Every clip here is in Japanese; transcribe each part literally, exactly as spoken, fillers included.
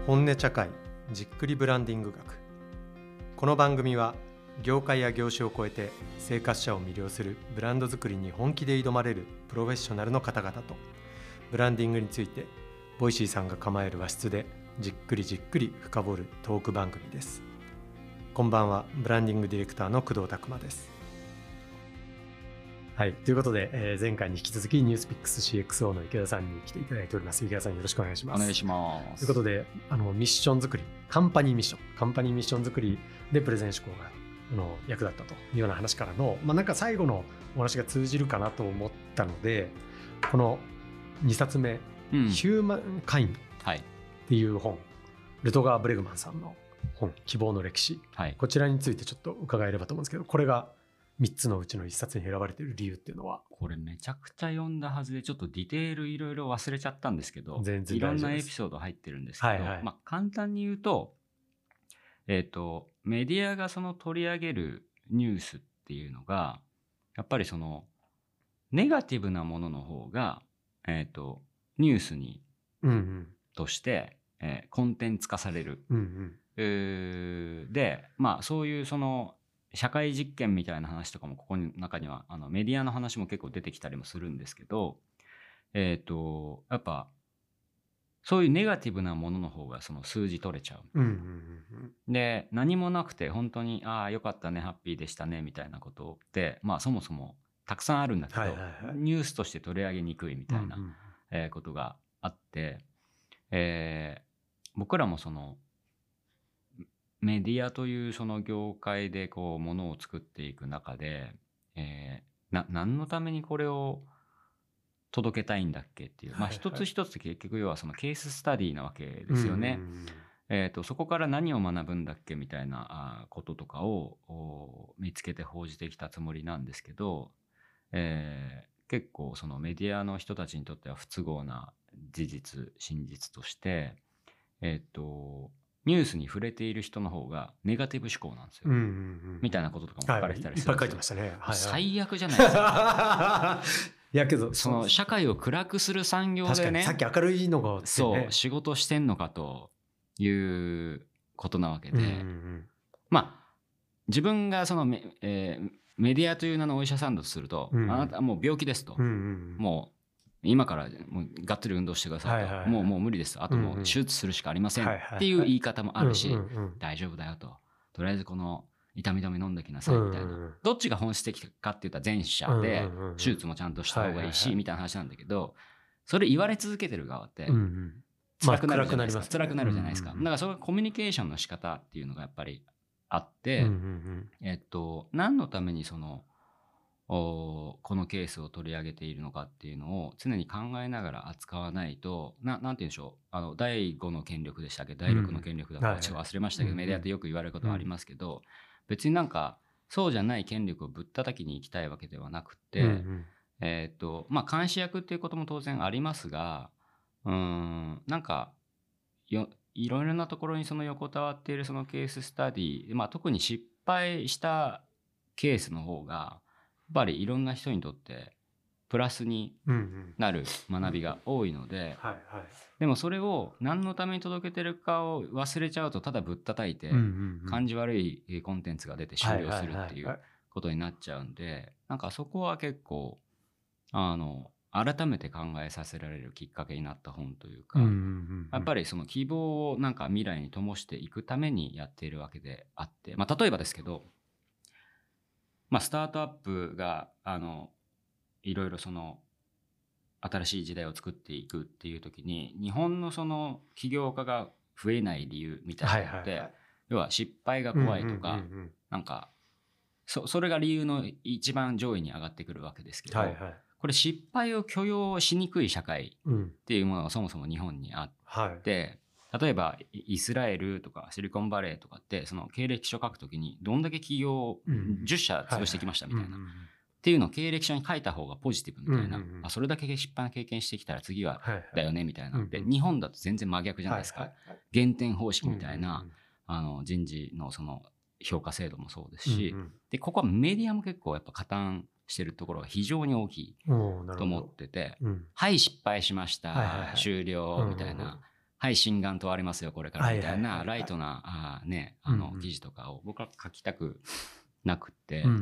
本音茶会じっくりブランディング学。この番組は業界や業種を超えて生活者を魅了するブランド作りに本気で挑まれるプロフェッショナルの方々とブランディングについてボイシーさんが構える和室でじっくりじっくり深掘るトーク番組です。こんばんは、ブランディングディレクターの工藤拓馬です。はい、ということで、えー、前回に引き続きニュースピックス シーエックスオー の池田さんに来ていただいております。池田さん、よろしくお願いします。 お願いします。 ということで、あのミッション作り、カンパニーミッションカンパニーミッション作りでプレゼン思考があの役立ったというような話からの、まあ、なんか最後のお話が通じるかなと思ったので、このにさつめ、うん、ヒューマンカインドっていう本、はい、ルトガー・ブレグマンさんの本、希望の歴史、はい、こちらについてちょっと伺えればと思うんですけど、これがみっつのうちのいっさつに選ばれている理由っていうのは？ これめちゃくちゃ読んだはずでちょっとディテールいろいろ忘れちゃったんですけど、 全然いろんなエピソード入ってるんですけど、はいはい、まあ、簡単に言うと、えーと、メディアがその取り上げるニュースっていうのがやっぱりそのネガティブなものの方が、えーと、ニュースに、うんうん、として、えー、コンテンツ化される、うんうんえー、で、まあ、そういうその社会実験みたいな話とかもここの中にはあのメディアの話も結構出てきたりもするんですけど、えっとやっぱそういうネガティブなものの方がその数字取れちゃう、うんうんうん、で何もなくて本当にああよかったねハッピーでしたねみたいなことってまあそもそもたくさんあるんだけど、はいはいはい、ニュースとして取り上げにくいみたいな、うんうんえー、ことがあって、えー、僕らもそのメディアというその業界でこうものを作っていく中で、えー、な何のためにこれを届けたいんだっけっていう、まあ、一つ一つ結局要はそのケーススタディなわけですよね。えーと、そこから何を学ぶんだっけみたいなこととかを見つけて報じてきたつもりなんですけど、えー、結構そのメディアの人たちにとっては不都合な事実真実として、えーとニュースに触れている人の方がネガティブ思考なんですよ、うんうんうん、みたいなこととかも書かれてたりするんですよ、 はい、いっぱい書いてましたね、はいはい、 最悪じゃないですかいやけどその社会を暗くする産業でね、 確かにさっき明るいのが、ね、 そう仕事してんのかということなわけで、うんうんうん、まあ自分がそのメ、えー、メディアという名のお医者さんだとすると、うん、あなたはもう病気ですと、うんうん、もう今からもうがっつり運動してくださいと、はいはいはい、もうもう無理です、あともう手術するしかありませんっていう言い方もあるし、大丈夫だよと、とりあえずこの痛み止め飲んできなさいみたいな、うんうん、どっちが本質的かって言ったら前者で、手術もちゃんとした方がいいしみたいな話なんだけど、それ言われ続けてる側って辛くなるじゃないですか、辛くなるじゃないですか。だからそのコミュニケーションの仕方っていうのがやっぱりあって、うんうんうん、えっと何のためにそのこのケースを取り上げているのかっていうのを常に考えながら扱わないと、な、なんて言うんでしょう、あのだいごの権力でしたっけ、だいろくの権力だかちょっと忘れましたけど、うん、メディアってよく言われることはありますけど、うん、別になんかそうじゃない権力をぶったたきに行きたいわけではなくて、うんうんえーっとまあ、監視役っていうことも当然ありますが、うーんなんかよいろいろなところにその横たわっているそのケーススタディ、まあ、特に失敗したケースの方がやっぱりいろんな人にとってプラスになる学びが多いので、でもそれを何のために届けてるかを忘れちゃうとただぶったたいて感じ悪いコンテンツが出て終了するっていうことになっちゃうんで、なんかそこは結構あの改めて考えさせられるきっかけになった本というか、やっぱりその希望をなんか未来に灯していくためにやっているわけであって、まあ、例えばですけど、まあ、スタートアップがあのいろいろその新しい時代を作っていくっていう時に日本のその起業家が増えない理由みたいなのって、はいはいはい、要は失敗が怖いとか、うんうんうんうん、なんか そ, それが理由の一番上位に上がってくるわけですけど、はいはい、これ失敗を許容しにくい社会っていうものがそもそも日本にあって、はい、例えばイスラエルとかシリコンバレーとかってその経歴書書くときにどんだけ企業をじゅっしゃ潰してきましたみたいな、っていうのを経歴書に書いた方がポジティブみたいな、うんうんうん、あそれだけ失敗の経験してきたら次はだよねみたいな、はいはい、で日本だと全然真逆じゃないですか、はいはいはい、減点方式みたいな、うんうんうん、あの人事のその評価制度もそうですし、うんうん、でここはメディアも結構やっぱ加担してるところが非常に大きいと思ってて、うん、はい失敗しました、はいはいはい、終了みたいな、 はい心眼問われますよこれからみたいなライトなあねあの記事とかを僕は書きたくなくて、うんうんうん、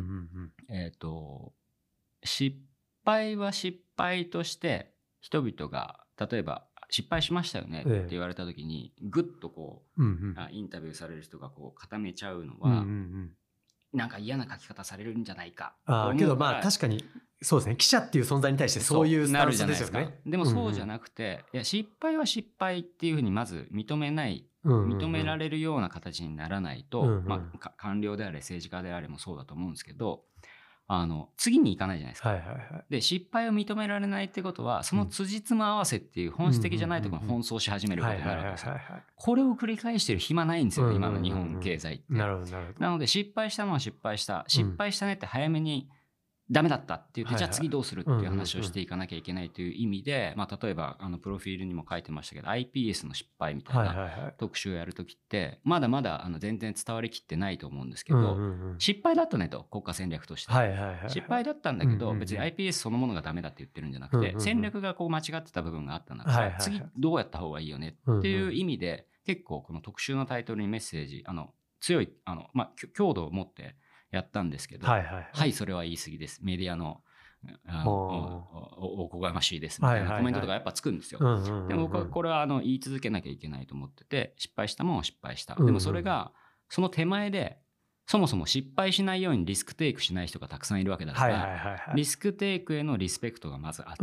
えっと失敗は失敗として人々が例えば失敗しましたよねって言われた時にグッとこう、うんうん、インタビューされる人がこう固めちゃうのは、うんうんうん、なんか嫌な書き方されるんじゃないかあけどまあ確かにそうですね記者っていう存在に対してそういうスタンスですよね。 でもそうじゃなくて、うんうん、いや失敗は失敗っていうふうにまず認めない、うんうんうん、認められるような形にならないと、うんうんまあ、官僚であれ政治家であれもそうだと思うんですけどあの次に行かないじゃないですか、はいはいはい、で失敗を認められないってことはその辻褄合わせっていう本質的じゃないところに奔走し始めることになるわけですよ。これを繰り返してる暇ないんですよね、うんうんうん、今の日本経済って。なるほどなるほど。なので失敗したものは失敗した失敗したねって早めにダメだったって言って、うん、じゃあ次どうするっていう話をしていかなきゃいけないという意味で、まあ、例えばあのプロフィールにも書いてましたけど アイピーエス の失敗みたいな特集をやるときってまだまだあの全然伝わりきってないと思うんですけど、うんうんうん、失敗だったねと国家戦略として、はいはいはいはい、失敗だったんだけど、うんうんうん、別に アイピーエス そのものがダメだって言ってるんじゃなくて、うんうんうん、戦略がこう間違ってた部分があったんだから、はいはいはい、次どうやった方がいいよねっていう意味で、うんうん、結構この特集のタイトルにメッセージあの強いあの、まあ、強度を持ってやったんですけど、はいはいはい、はいそれは言い過ぎですメディアのあお, おこがましいですみたいなコメントとかやっぱつくんですよ。でも僕はこれはあの言い続けなきゃいけないと思ってて失敗したもんは失敗した。でもそれがその手前でそもそも失敗しないようにリスクテイクしない人がたくさんいるわけだから、リスクテイクへのリスペクトがまずあって、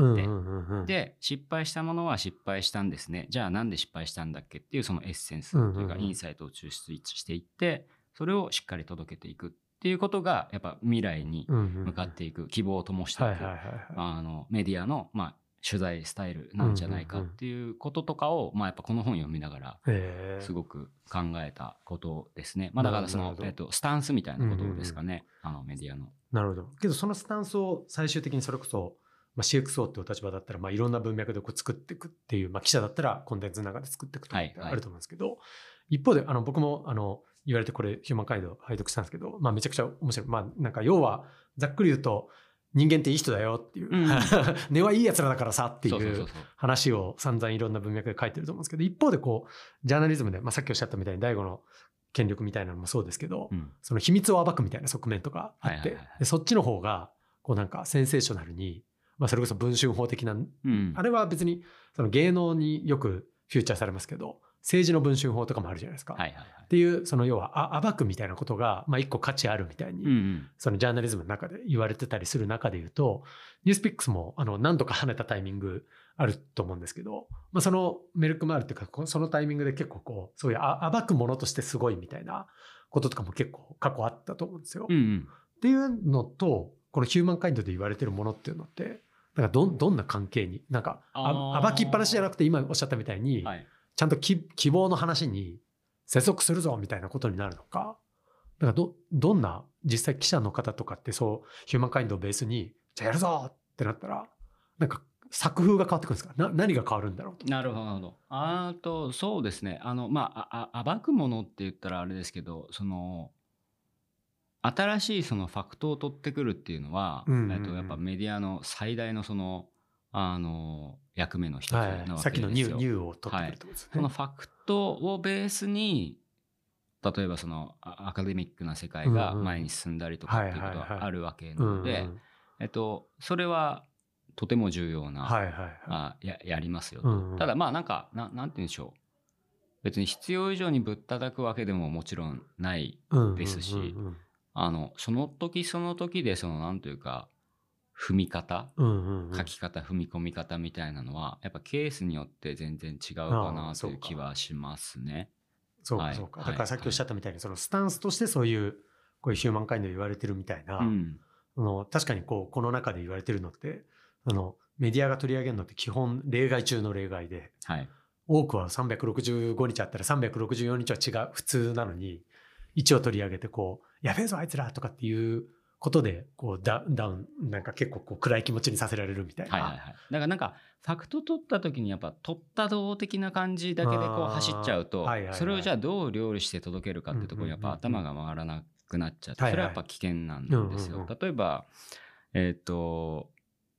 で失敗したものは失敗したんですねじゃあなんで失敗したんだっけっていうそのエッセンスというかインサイトを抽出していってそれをしっかり届けていくっていうことがやっぱ未来に向かっていく希望を灯していくあのメディアのまあ取材スタイルなんじゃないかっていうこととかをまあやっぱこの本読みながらすごく考えたことですね。まあだからそのえっとスタンスみたいなことですかねあのメディアの。 なるほど。けどそのスタンスを最終的にそれこそまあ シーエックスオー っていう立場だったらまあいろんな文脈でこう作っていくっていうまあ記者だったらコンテンツの中で作っていくとかってあると思うんですけど一方であの僕もあの言われてこれヒューマンカインド拝読したんですけど、まあ、めちゃくちゃ面白い。まあなんか要はざっくり言うと人間っていい人だよっていう、うん、根はいいやつらだからさっていう話を散々いろんな文脈で書いてると思うんですけど一方でこうジャーナリズムで、まあ、さっきおっしゃったみたいに第五の権力みたいなのもそうですけど、うん、その秘密を暴くみたいな側面とかあって、はいはいはい、でそっちの方がこうなんかセンセーショナルに、まあ、それこそ文春法的な、うん、あれは別にその芸能によくフューチャーされますけど政治の文春法とかもあるじゃないですか、はいはいはい、っていうその要はあ暴くみたいなことがまあ一個価値あるみたいに、うんうん、そのジャーナリズムの中で言われてたりする中で言うとニュースピックスもあの何度か跳ねたタイミングあると思うんですけど、まあ、そのメルクマールっていうかそのタイミングで結構こうそういう暴くものとしてすごいみたいなこととかも結構過去あったと思うんですよ、うんうん、っていうのとこのヒューマンカインドで言われてるものっていうのってなんか ど, どんな関係になんか暴きっぱなしじゃなくて今おっしゃったみたいに、はいちゃんと希望の話に接続するぞみたいなことになるのか、だから ど, どんな実際記者の方とかってそうヒューマンカインドをベースにじゃあやるぞってなったらなんか作風が変わってくるんですか。な何が変わるんだろうと。 なるほど。あとそうですねあのまああ暴くものって言ったらあれですけどその新しいそのファクトを取ってくるっていうのは、うんうんうん、とやっぱメディアの最大のそのあの役目の一つなわけですよ、はい、 さっきのニュー、ニューを取ってくるってことですね、はい、 そのファクトをベースに例えばそのアカデミックな世界が前に進んだりとかっていうことがあるわけなのでえっとそれはとても重要な、はいはいはい、あ や, やりますよと、うんうん、ただまあなんか な, なんて言うんでしょう別に必要以上にぶったたくわけでももちろんないですし、うんうんうんうん、あのその時その時でそのなんというか踏み方、うんうんうん、書き方踏み込み方みたいなのはやっぱケースによって全然違うかなという気はしますね。 そうかそうか、はい、だからさっきおっしゃったみたいにそのスタンスとしてそういうこういうヒューマンカインドで言われてるみたいな、うん、あの確かにこうこの中で言われてるのってあのメディアが取り上げるのって基本例外中の例外で、はい、多くはさんびゃくろくじゅうごにちあったらさんびゃくろくじゅうよっかは違う普通なのに一応取り上げてこうやべえぞあいつらとかっていうことでこう ダ, ダウンなんか結構こう暗い気持ちにさせられるみたいな、はいはいはい、 だからなんかファクト取った時にやっぱ取ったどう的な感じだけでこう走っちゃうと、はいはいはい、それをじゃあどう料理して届けるかっていうところにやっぱ頭が回らなくなっちゃって、それはやっぱ危険なんですよ、はいはい、例えばえっ、ー、と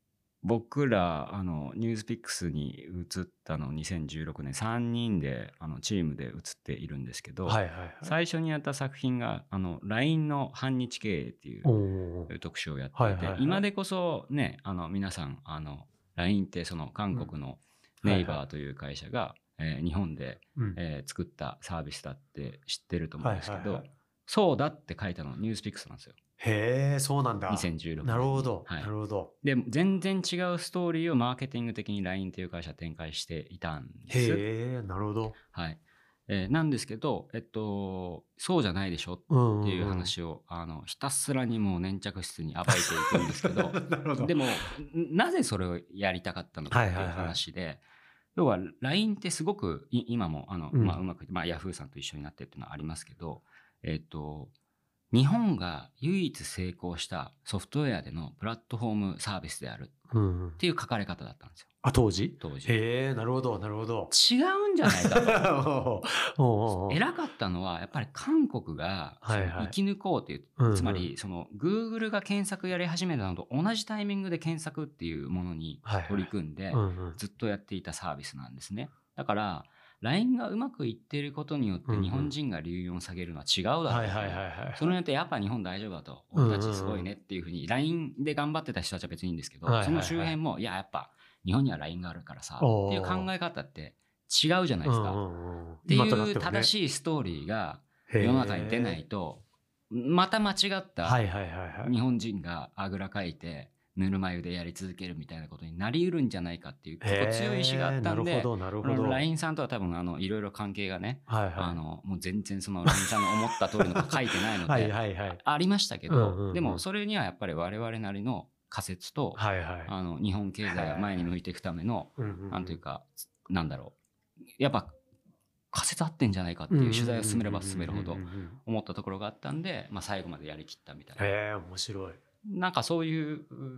僕らあのニュースピックスに移ったのにせんじゅうろくねんさんにんであのチームで移っているんですけど、 はいはいはい、 最初にやった作品があの ライン の反日経営っていう特集をやっていて、はいはいはい、今でこそねあの皆さんあの ライン ってその韓国のネイバーという会社が、うんはいはいえー、日本で、うんえー、作ったサービスだって知ってると思うんですけど、はいはいはい、そうだって書いたのニュースピックスなんですよ。 へえ、そうなんだ。 にせんじゅうろくねんなるほど、 はい、 なるほど。 で全然違うストーリーをマーケティング的に ライン という会社展開していたんです。 へえ、なるほど。 はい。えー、なんですけど、えっと、そうじゃないでしょっていう話を、うんうんうん、あのひたすらにもう粘着質に暴いていくんですけどなるほどでもなぜそれをやりたかったのかっていう話で、はいはいはい、要は ライン ってすごく今もあの、うんまあ、うまくいって、まあ、Yahoo さんと一緒になってっていうのはありますけど、えっと日本が唯一成功したソフトウェアでのプラットフォームサービスであるっていう書かれ方だったんですよ。 あ、当時？ 当時。 へえ、なるほど、なるほど。 違うんじゃないかと。偉かったのは、やっぱり韓国が生き抜こうっていう、はいはい、つまり、その、Google が検索やり始めたのと同じタイミングで検索っていうものに取り組んで、ずっとやっていたサービスなんですね。だから、ライン がうまくいっていることによって日本人が流用下げるのは違うだろうと。それによってやっぱ日本大丈夫だと。俺たちすごいねっていうふうに ライン で頑張ってた人たちは別にいいんですけど、その周辺もいややっぱ日本には ライン があるからさっていう考え方って違うじゃないですか。っていう正しいストーリーが世の中に出ないとまた間違った日本人があぐらかいてぬるま湯でやり続けるみたいなことになりうるんじゃないかっていう結構強い意志があったんで、ライン さんとは多分あのいろいろ関係がね、はいはい、あのもう全然その ライン さんの思った通りのこと書いてないのではいはい、はい、ありましたけど、うんうんうん、でもそれにはやっぱり我々なりの仮説と、はいはい、あの日本経済が前に向いていくための、はいはい、なんていうかなんだろうやっぱ仮説あってんじゃないかっていう取材を進めれば進めるほど思ったところがあったんで、まあ、最後までやりきったみたいな。 へー、面白い。 なんかそういう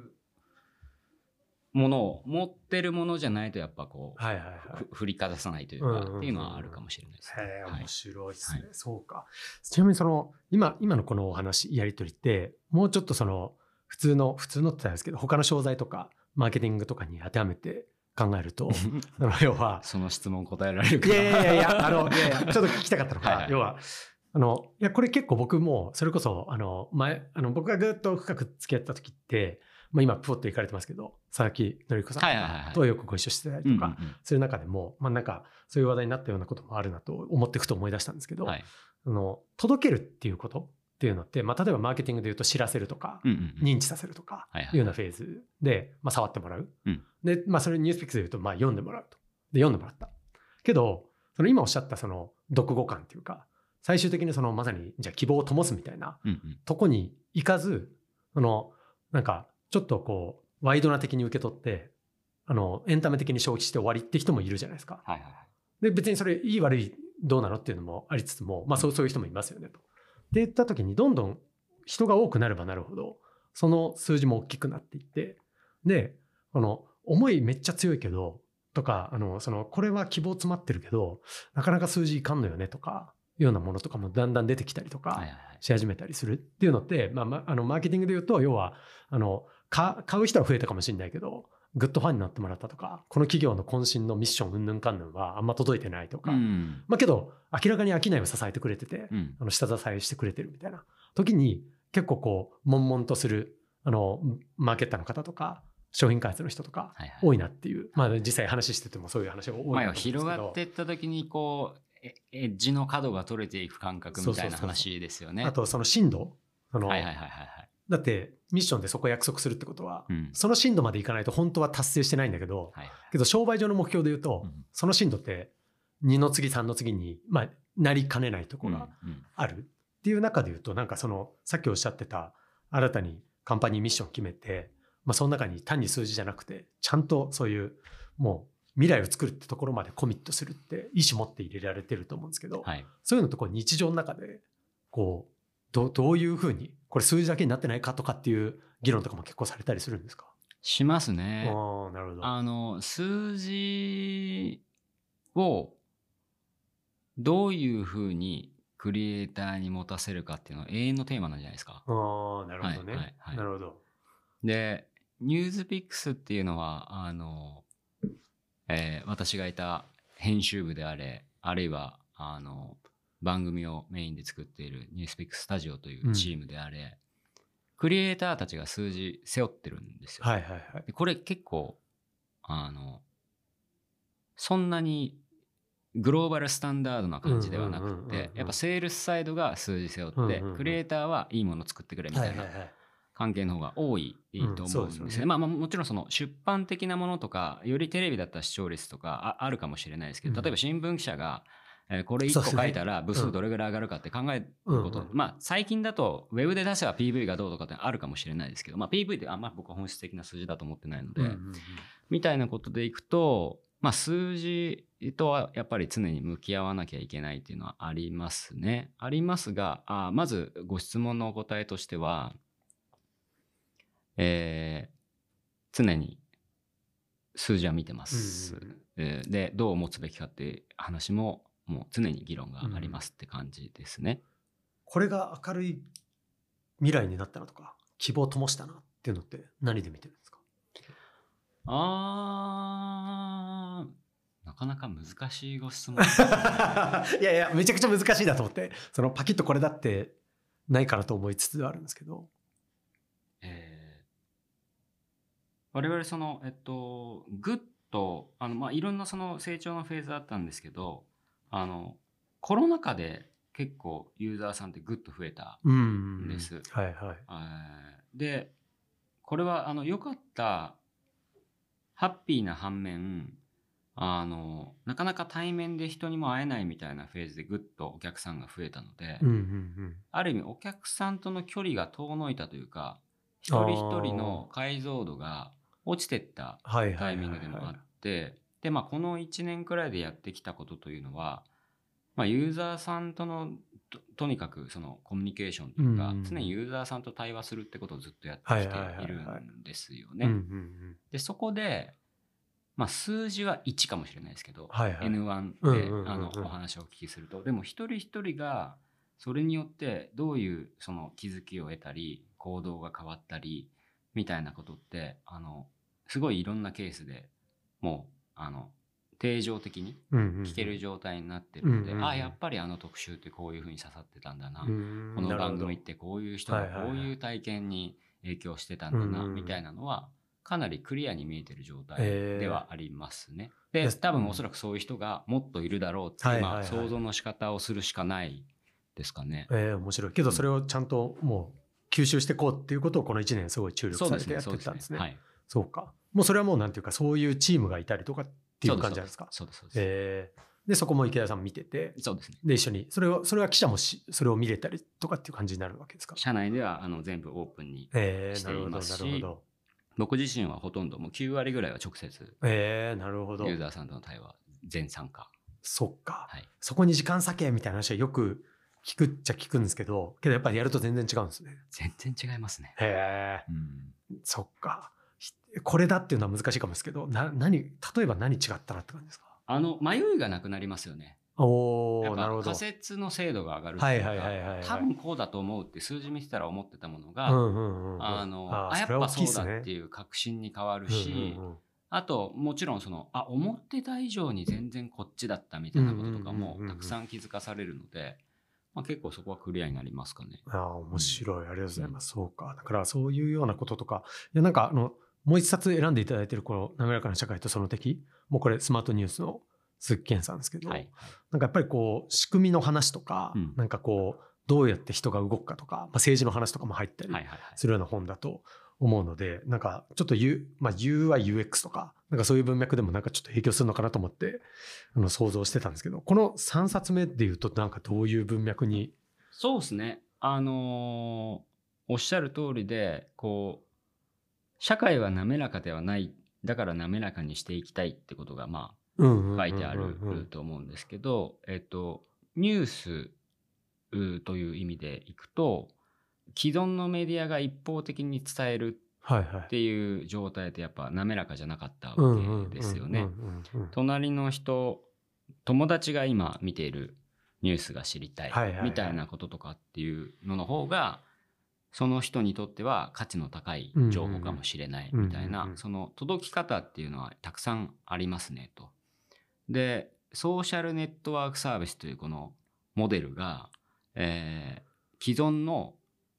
ものを持ってるものじゃないとやっぱこう、はいはいはい、振りかざさないというか、うんうんうん、っていうのはあるかもしれないですね。 へー、面白いですね、はい、そうか。ちなみにその今今のこのお話やり取りってもうちょっとその普通の普通のって言ったんですけど他の商材とかマーケティングとかに当てはめて考えるとその要はその質問答えられるかな。 いやいやいやあのいやいやちょっと聞きたかったのがはい、はい、要はあのいやこれ結構僕もそれこそあの前あの僕がぐっと深く付き合った時って、まあ、今プロッと行かれてますけど佐々木典子さんとよくご一緒してたりとかそういう中でも、まあ、なんかそういう話題になったようなこともあるなと思っていくと思い出したんですけど、はい、あの届けるっていうことっていうのって、まあ、例えばマーケティングでいうと知らせるとか、うんうんうん、認知させるとかいうようなフェーズで、まあ、触ってもらう、うん、で、まあ、それニュースピックスでいうとまあ読んでもらうとで読んでもらったけどその今おっしゃったその読後感っていうか最終的にそのまさにじゃあ希望を灯すみたいなとこに行かずそのなんかちょっとこうワイドな的に受け取ってあのエンタメ的に消費して終わりって人もいるじゃないですか、はいはいはい、で別にそれいい悪いどうなのっていうのもありつつも、まあ、そうそういう人もいますよねとで言った時にどんどん人が多くなればなるほどその数字も大きくなっていってでこの思いめっちゃ強いけどとかあのそのこれは希望詰まってるけどなかなか数字いかんのよねとかいうようなものとかもだんだん出てきたりとかし始めたりするっていうのって、まあ、あのマーケティングで言うと要はあの買う人は増えたかもしれないけどグッドファンになってもらったとかこの企業の渾身のミッションうんぬんかんぬんはあんま届いてないとか、うんまあ、けど明らかに商いを支えてくれてて、うん、あの下支えしてくれてるみたいな時に結構こう悶々とするあのマーケッターの方とか商品開発の人とか多いなっていう、はいはいまあ、実際話しててもそういう話が多いと思うんですけど、 まあ、広がっていった時にこうエッジの角が取れていく感覚みたいな話ですよね。 そうそうそうそうあとその深度その、はいはいはいはい、だってミッションでそこ約束するってことは、うん、その深度までいかないと本当は達成してないんだけど、はい、けど商売上の目標で言うと、うん、その深度ってにの次さんの次に、まあ、なりかねないところがあるっていう中で言うとなんかそのさっきおっしゃってた新たにカンパニーミッション決めて、まあ、その中に単に数字じゃなくてちゃんとそういうもう未来を作るってところまでコミットするって意思持って入れられてると思うんですけど、はい、そういうのとこう日常の中でこう ど, どういうふうにこれ数字だけになってないかとかっていう議論とかも結構されたりするんですか？ しますね。 あ、なるほど。 あの数字をどういうふうにクリエイターに持たせるかっていうのは永遠のテーマなんじゃないですか。 ああ、なるほどね、はいはいはい、なるほど。 でニュースピックスっていうのはあの、えー、私がいた編集部であれ、あるいはあの番組をメインで作っているニュースピックスタジオというチームであれ、うん、クリエイターたちが数字背負ってるんですよ。 はいはいはい、 でこれ結構あのそんなにグローバルスタンダードな感じではなくて、やっぱセールスサイドが数字背負って、うんうんうん、クリエイターはいいものを作ってくれみたいな関係の方が多いと思うんですね。うん、ですね。まあ、もちろんその出版的なものとか、よりテレビだったら視聴率とか あ, あるかもしれないですけど、例えば新聞記者がえこれいっこ書いたら部数どれぐらい上がるかって考えること、うんうんうん、まあ最近だとウェブで出せば ピーブイ がどうとかってあるかもしれないですけど、まあ ピーブイ ってあんまり僕は本質的な数字だと思ってないので、うんうんうん、みたいなことでいくと、まあ数字とはやっぱり常に向き合わなきゃいけないっていうのはありますね。ありますが、あまずご質問のお答えとしては、えー、常に数字は見てます、うんうん、でどう持つべきかっていう話ももう常に議論がありますって感じですね、うん、 これが明るい未来になったなとか希望を灯したなっていうのって何で見てるんですか？ あーなかなか難しいご質問ですねいやいやめちゃくちゃ難しいなと思って、そのパキッとこれだってないかなと思いつつあるんですけど、 えー、我々そのえっとグッとあのまあいろんなその成長のフェーズあったんですけど、あのコロナ禍で結構ユーザーさんってグッと増えたんです。 はいはい。 でこれはあの良かったハッピーな反面、あのなかなか対面で人にも会えないみたいなフェーズでグッとお客さんが増えたので、 うんうんうん、 ある意味お客さんとの距離が遠のいたというか、一人一人の解像度が落ちてったタイミングでもあって、でまあこのいちねんくらいでやってきたことというのは、まあ、ユーザーさんとの と, とにかくそのコミュニケーションというか、うん、常にユーザーさんと対話するってことをずっとやってきているんですよね。でそこで、まあ、数字はいちかもしれないですけど、はいはい、エヌワン で、うんうんうんうん、あのお話をお聞きすると、でも一人一人がそれによってどういうその気づきを得たり行動が変わったりみたいなことってあのすごいいろんなケースでもうあの定常的に聞ける状態になってるので、うんうんうん、ああやっぱりあの特集ってこういう風に刺さってたんだな、うん、この番組ってこういう人がこういう体験に影響してたんだな、はいはいはい、みたいなのはかなりクリアに見えてる状態ではありますね。えー、で多分おそらくそういう人がもっといるだろうっていう、はいはいはい、まあ、想像の仕方をするしかないですかね。 えー、面白いけどそれをちゃんともう吸収していこうっていうことをこのいちねんすごい注力されてやってたんですね。そうですね。そうですね。はい。そうか。もうそれはもうなんていうかそういうチームがいたりとかっていう感じなんですか？ そうですそうです。 えー、でそこも池田さん見てて、 そうですね。 で一緒にそれをそれは記者もしそれを見れたりとかっていう感じになるわけですか？ 社内ではあの全部オープンにしていますし、えー、なるほどなるほど。僕自身はほとんどもうきゅうわりぐらいは直接、 えー、なるほど。 ユーザーさんとの対話全参加。 そっか、 はい、 そこに時間割けみたいな話はよく聞くっちゃ聞くんですけど、けどやっぱりやると全然違うんですね。 全然違いますね。 へえ、うん、そっか。これだっていうのは難しいかもですけど、な何例えば何違ったなって感じですか？ あの迷いがなくなりますよね。 おー、なるほど。 仮説の精度が上がるっていうか、多分こうだと思うって数字見てたら思ってたものが、うんうんうん、あの あ, あやっぱそうだっていう確信に変わるし、うんうんうん、あともちろんそのあ思ってた以上に全然こっちだったみたいなこととかもたくさん気づかされるので、まあ、結構そこはクリアになりますかね。 ああ面白い、ありがとうございます、うん、そうか。だからそういうようなこととか、いやなんかあのもう一冊選んでいただいているこの滑らかな社会とその敵、もうこれスマートニュースの鈴木健さんですけど、はいはい、なんかやっぱりこう仕組みの話とか、うん、なんかこうどうやって人が動くかとか、まあ、政治の話とかも入ったりするような本だと思うので、なんかちょっと U、まあ、ユーアイユーエックス とかなんかそういう文脈でもなんかちょっと影響するのかなと思ってあの想像してたんですけど、このさんさつめでいうとなんかどういう文脈に？ そうですね、あのー、おっしゃる通りで、こう社会は滑らかではない、だから滑らかにしていきたいってことがまあ書いてあると思うんですけど、えっとニュースという意味でいくと、既存のメディアが一方的に伝えるっていう状態ってやっぱ滑らかじゃなかったわけですよね。隣の人、友達が今見ているニュースが知りたいみたいなこととかっていうのの方がその人にとっては価値の高い情報かもしれないみたいな、その届き方っていうのはたくさんありますねと。でソーシャルネットワークサービスというこのモデルが、えー、既存の、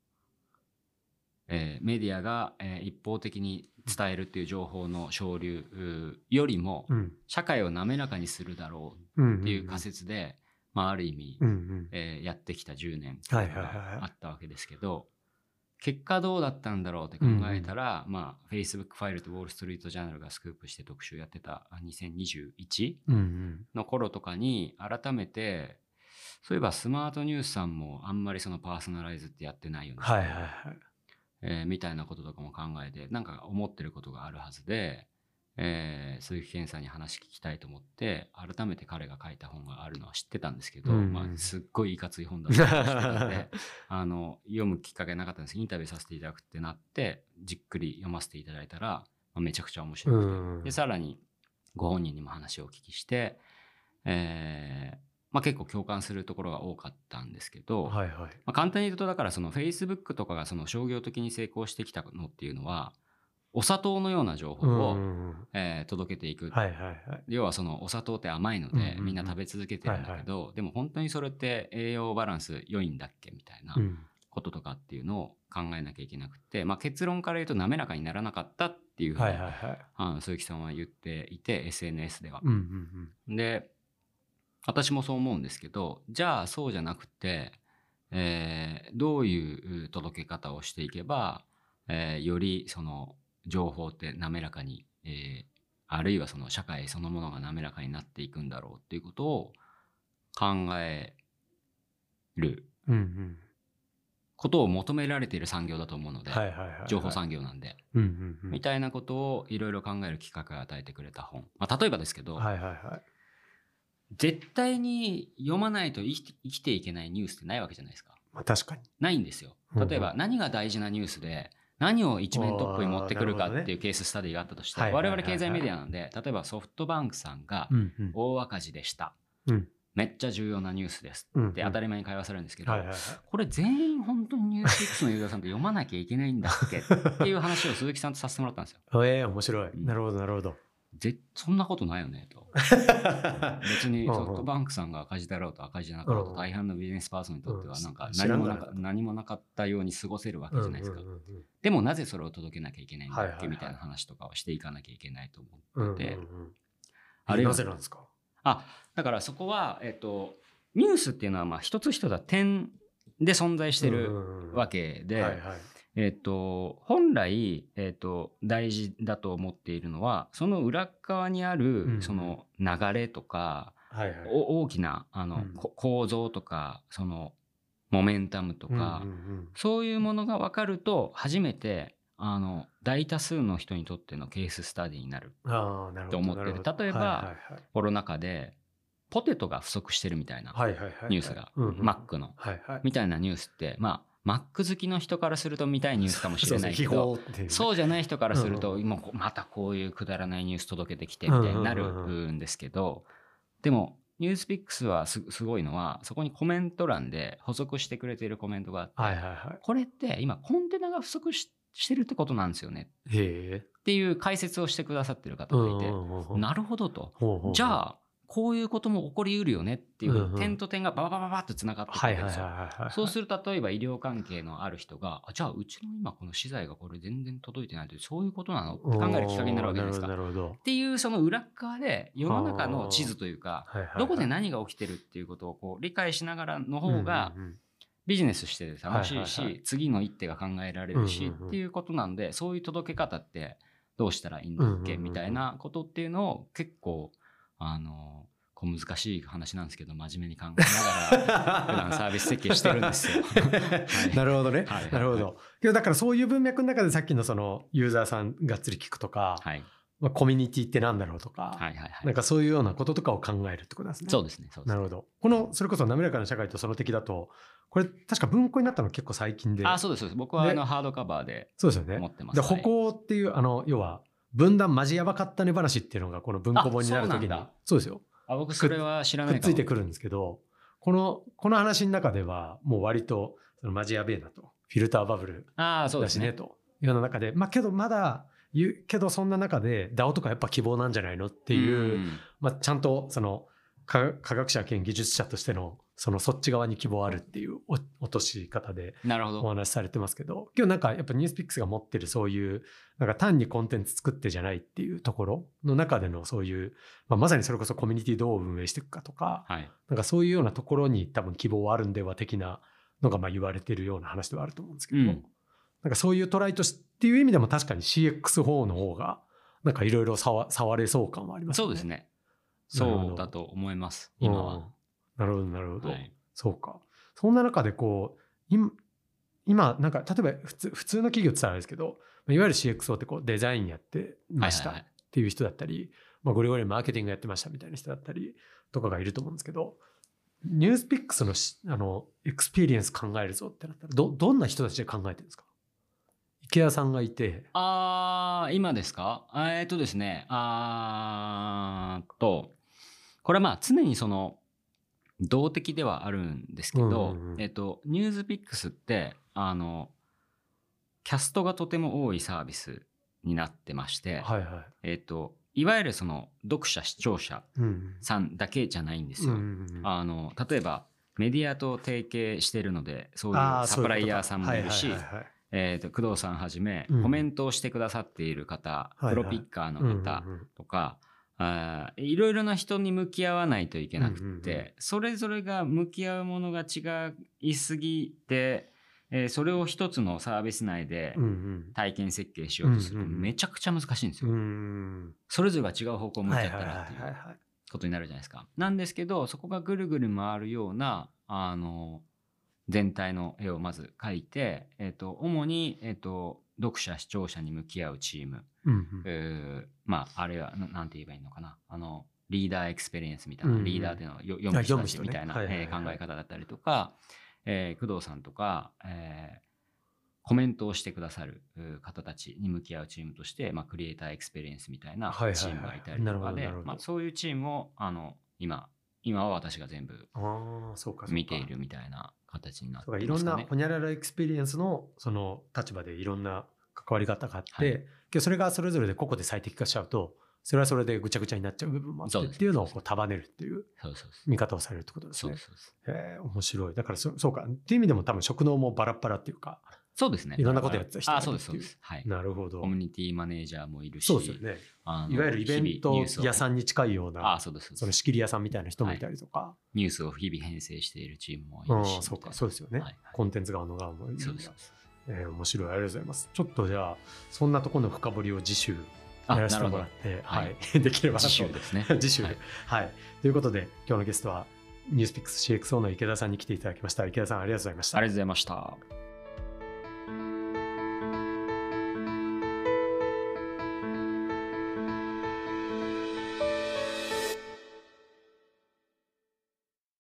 えー、メディアが、えー、一方的に伝えるっていう情報の潮流よりも、うん、社会を滑らかにするだろうっていう仮説で、まあ、ある意味、うんうんえー、やってきたじゅうねんがあったわけですけど、はいはいはい、結果どうだったんだろうって考えたら、うんうんまあ、Facebook ファイルとウォールストリートジャーナルがスクープして特集やってたにせんにじゅういちの頃とかに改めてそういえばスマートニュースさんもあんまりそのパーソナライズってやってないよね、はいはいはいえー、みたいなこととかも考えてなんか思ってることがあるはずで、えー、鈴木健さんに話聞きたいと思って改めて彼が書いた本があるのは知ってたんですけど、うんうんまあ、すっごいいかつい本だったりしてたのであの読むきっかけなかったんですけどインタビューさせていただくってなってじっくり読ませていただいたら、まあ、めちゃくちゃ面白くて、うんうん、でさらにご本人にも話をお聞きして、えーまあ、結構共感するところが多かったんですけど、はいはいまあ、簡単に言うとだからその Facebook とかがその商業的に成功してきたのっていうのはお砂糖のような情報を、うんえー、届けていく、はいはいはい、要はそのお砂糖って甘いので、うんうん、みんな食べ続けてるんだけど、はいはい、でも本当にそれって栄養バランス良いんだっけみたいなこととかっていうのを考えなきゃいけなくて、まあ、結論から言うと滑らかにならなかったっていうふうに、はいはいはい、あの鈴木さんは言っていて エスエヌエス では、うんうんうん、で私もそう思うんですけどじゃあそうじゃなくて、えー、どういう届け方をしていけば、えー、よりその情報って滑らかに、えー、あるいはその社会そのものが滑らかになっていくんだろうっていうことを考えることを求められている産業だと思うので、情報産業なんで、うんうんうん、みたいなことをいろいろ考えるきっかけを与えてくれた本、まあ、例えばですけど、はいはいはい、絶対に読まないと生きて、生きていけないニュースってないわけじゃないですか。 まあ、確かにないんですよ。例えば何が大事なニュースで何を一面トップに持ってくるかっていうケーススタディがあったとして、我々経済メディアなんで例えばソフトバンクさんが大赤字でした、うんうん、めっちゃ重要なニュースですって当たり前に会話されるんですけど、これ全員本当にニュース X のユーザーさんって読まなきゃいけないんだっけっていう話を鈴木さんとさせてもらったんですよ。 えー、面白い、うん、なるほどなるほど。 ぜそんなことないよねと別にソフトバンクさんが赤字だろうと赤字じゃなかろうと大半のビジネスパーソンにとってはなんか何もなか、何もなかったように過ごせるわけじゃないですか、うんうんうんうん、でもなぜそれを届けなきゃいけないんだっけみたいな話とかをしていかなきゃいけないと思ってて、うんうんうん、 あれなぜなんですか。 あだからそこは、えっと、ニュースっていうのはまあ一つ一つ点で存在してるわけで、はいはいえー、と本来、えー、と大事だと思っているのはその裏側にあるその流れとか、うんはいはい、大きなあの、うん、構造とかそのモメンタムとか、うんうんうん、そういうものが分かると初めてあの大多数の人にとってのケーススタディになると思ってる。例えば、はいはいはい、コロナ禍でポテトが不足してるみたいなニュースが、マックの、はいはい、みたいなニュースってまあマック好きの人からすると見たいニュースかもしれないけどそうじゃない人からすると今またこういうくだらないニュース届けてきてみたいになるんですけど、でもニュースピックスは す, すごいのはそこにコメント欄で補足してくれているコメントがあって、はいはいはい、これって今コンテナが不足 し, してるってことなんですよねっていう解説をしてくださってる方がいて、なるほどと、じゃあこういうことも起こりうるよねっていう、うんうん、点と点がバババババッとつながってくるんですよ。そうすると例えば医療関係のある人がじゃあうちの今この資材がこれ全然届いてないとそういうことなのって考えるきっかけになるわけじゃないですか。っていうその裏側で世の中の地図というかどこで何が起きてるっていうことをこう理解しながらの方がビジネスして楽しいし次の一手が考えられるしっていうことなんで、そういう届け方ってどうしたらいいんだっけみたいなことっていうのを結構あのこう難しい話なんですけど真面目に考えながら普段サービス設計してるんですよ、はい、 なるほどね、はい、なるほど。けどだからそういう文脈の中でさっきのそのユーザーさんがっつり聞くとか、はいまあ、コミュニティってなんだろうとか、はいはいはい、なんかそういうようなこととかを考えるってことですね。 そうですね、そうですね。 なるほど。このそれこそ滑らかな社会とその敵だとこれ確か文庫になったの結構最近で。 あ、そうですそうです。僕はあのハードカバーで持ってます。 で歩行っていうあの要は分断マジやばかったね話っていうのがこの文庫本になるときに、そうですよ。 あ、僕それは知らないかも。 くっついてくるんですけど、このこの話の中ではもう割とそのマジやべえなとフィルターバブルだしねというような中で、まあけどまだ言うけどそんな中で ダオ とかやっぱ希望なんじゃないのっていう、まあちゃんとその科学者兼技術者としてのそのそっち側に希望あるっていう落とし方でお話しされてますけど、今日なんかやっぱニュースピックスが持ってるそういうなんか単にコンテンツ作ってじゃないっていうところの中でのそういう、まあ、まさにそれこそコミュニティどう運営していくかとか、 はい、 なんかそういうようなところに多分希望はあるんでは的なのがまあ言われてるような話ではあると思うんですけど、うん、なんかそういうトライとしっていう意味でも確かに シーエックスフォー の方がなんかいろいろ触れそう感はありますね。 そうですね。そうだと思います今は、うん、 なるほどなるほど、はい、そうか。そんな中でこう今今なんか例えば普通普通の企業って言ったらあれですけど、いわゆる シーエックスオー ってこうデザインやってましたっていう人だったり、はいはいはい、まあ、ゴリゴリマーケティングやってましたみたいな人だったりとかがいると思うんですけど、ニュースピックスのあのエクスペリエンス考えるぞってなったら ど, どんな人たちで考えてるんですか？池谷さんがいて、 あ今ですか？えっとですねあとこれはまあ常にその動的ではあるんですけど、うんうんうん、えっとニュースピックスってあのキャストがとても多いサービスになってまして、はいはい、えっといわゆるその読者視聴者さんだけじゃないんですよ、うんうんうん、あの例えばメディアと提携してるのでそういうサプライヤーさんもいるし、えー、と工藤さんはじめ、うん、コメントをしてくださっている方、はいはい、プロピッカーの方とか、うんうんうん、あいろいろな人に向き合わないといけなくって、うんうんうん、それぞれが向き合うものが違いすぎて、えー、それを一つのサービス内で体験設計しようとするとめちゃくちゃ難しいんですよ、うんうん、それぞれが違う方向を向いちゃったらっていうことになるじゃないですか。なんですけどそこがぐるぐる回るようなあの全体の絵をまず描いて、えー、と主に、えー、と読者視聴者に向き合うチーム、うんうんえー、まああれはなんて言えばいいのかな、あのリーダーエクスペリエンスみたいな、うんうん、リーダーでの読む人たちみたいな、ねえー、考え方だったりとか、えー、工藤さんとか、えー、コメントをしてくださる方たちに向き合うチームとして、まあ、クリエイターエクスペリエンスみたいなチームがいたりとかで、まあ、そういうチームをあの今今は私が全部見ているみたいな形になってますかね。 いろんなホニャララエクスペリエンスのその立場でいろんな関わり方があって、はい、けどそれがそれぞれで個々で最適化しちゃうとそれはそれでぐちゃぐちゃになっちゃう部分もあってっていうのをこう束ねるっていう見方をされるってことですね。へえ面白い。だから そ, そうかっていう意味でも多分職能もバラバラっていうか、 そうですね、 いろんなことやってた人がいるっていう。あ、 そうですそうです、はい、 なるほど。 コミュニティマネージャーもいるし、 そうですよね、あのいわゆるイベント屋さんに近いような、 あ、そうですそうです、 その仕切り屋さんみたいな人もいたりとか、 はい、ニュースを日々編成しているチームもいるし、 あ、そうかそうですよね、はいはい、コンテンツ側の側もいる。そうです、えー、面白い、ありがとうございます。ちょっとじゃあそんなところの深掘りを次週やらせてもらって、はい、はい、できれば次週ですね次週で、はいはい、ということで今日のゲストはニュースピックス シーエックスオー の池田さんに来ていただきました。池田さんありがとうございました。 ありがとうございました。